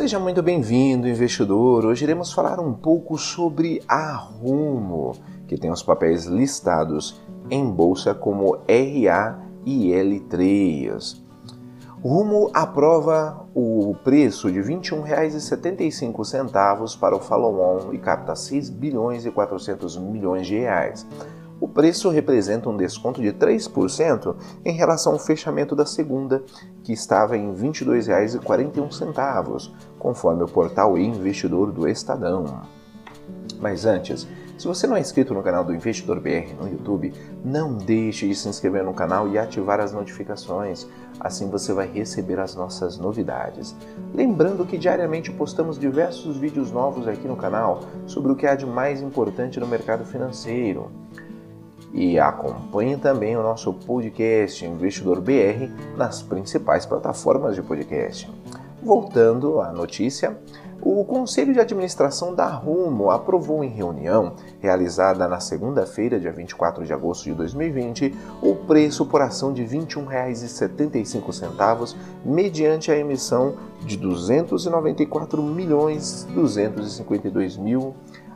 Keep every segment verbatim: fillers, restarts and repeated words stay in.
Seja muito bem-vindo, investidor. Hoje iremos falar um pouco sobre a Rumo, que tem os papéis listados em bolsa como R A e L três. Rumo aprova o preço de vinte e um reais e setenta e cinco centavos para o follow-on e capta seis bilhões e quatrocentos milhões de reais. O preço representa um desconto de três por cento em relação ao fechamento da segunda, que estava em vinte e dois reais e quarenta e um centavos, conforme o portal Investidor do Estadão. Mas antes, se você não é inscrito no canal do Investidor B R no YouTube, não deixe de se inscrever no canal e ativar as notificações, assim você vai receber as nossas novidades. Lembrando que diariamente postamos diversos vídeos novos aqui no canal sobre o que há de mais importante no mercado financeiro. E acompanhe também o nosso podcast Investidor B R nas principais plataformas de podcast. Voltando à notícia, o Conselho de Administração da Rumo aprovou em reunião realizada na segunda-feira, dia vinte e quatro de agosto de dois mil e vinte, o preço por ação de vinte e um reais e setenta e cinco centavos, mediante a emissão de duzentos e noventa e quatro milhões duzentos e cinquenta e dois mil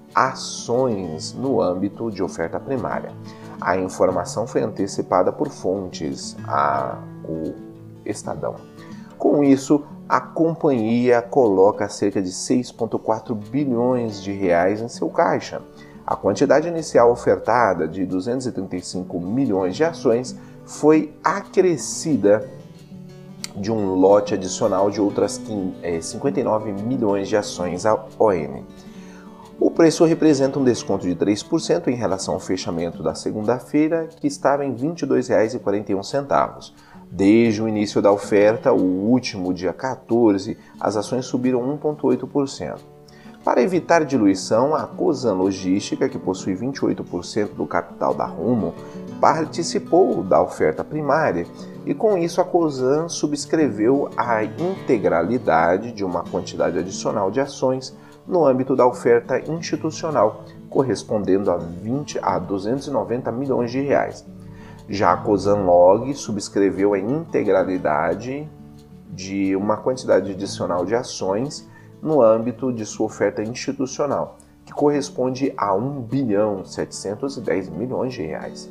ações no âmbito de oferta primária. A informação foi antecipada por fontes, a, o Estadão. Com isso, a companhia coloca cerca de seis vírgula quatro bilhões de reais em seu caixa. A quantidade inicial ofertada de duzentos e trinta e cinco milhões de ações foi acrescida de um lote adicional de outras cinquenta e nove milhões de ações à O N. O preço representa um desconto de três por cento em relação ao fechamento da segunda-feira, que estava em vinte e dois reais e quarenta e um centavos. Desde o início da oferta, o último dia quatorze, as ações subiram um vírgula oito por cento. Para evitar diluição, a Cosan Logística, que possui vinte e oito por cento do capital da Rumo, participou da oferta primária e, com isso, a Cosan subscreveu a integralidade de uma quantidade adicional de ações no âmbito da oferta institucional, correspondendo a, vinte a duzentos e noventa milhões de reais. Já a Cosan Log subscreveu a integralidade de uma quantidade adicional de ações no âmbito de sua oferta institucional, que corresponde a um bilhão setecentos e dez milhões de reais.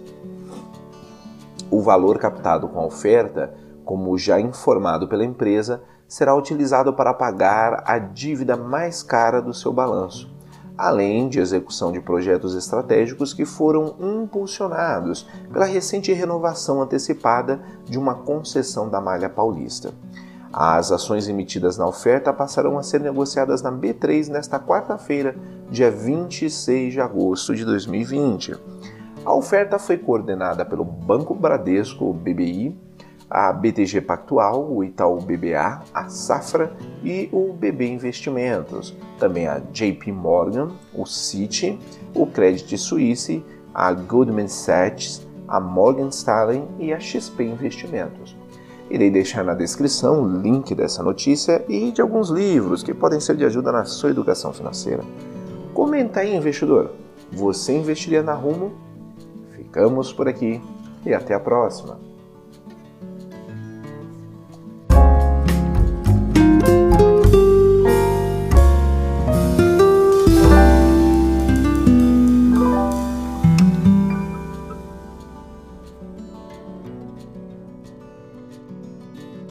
O valor captado com a oferta, como já informado pela empresa, será utilizado para pagar a dívida mais cara do seu balanço, além de execução de projetos estratégicos que foram impulsionados pela recente renovação antecipada de uma concessão da Malha Paulista. As ações emitidas na oferta passarão a ser negociadas na B três nesta quarta-feira, dia vinte e seis de agosto de dois mil e vinte. A oferta foi coordenada pelo Banco Bradesco, o B B I, a B T G Pactual, o Itaú B B A, a Safra e o B B Investimentos. Também a J P Morgan, o Citi, o Credit Suisse, a Goldman Sachs, a Morgan Stanley e a X P Investimentos. Irei deixar na descrição o link dessa notícia e de alguns livros que podem ser de ajuda na sua educação financeira. Comenta aí, investidor. Você investiria na Rumo? Ficamos por aqui e até a próxima.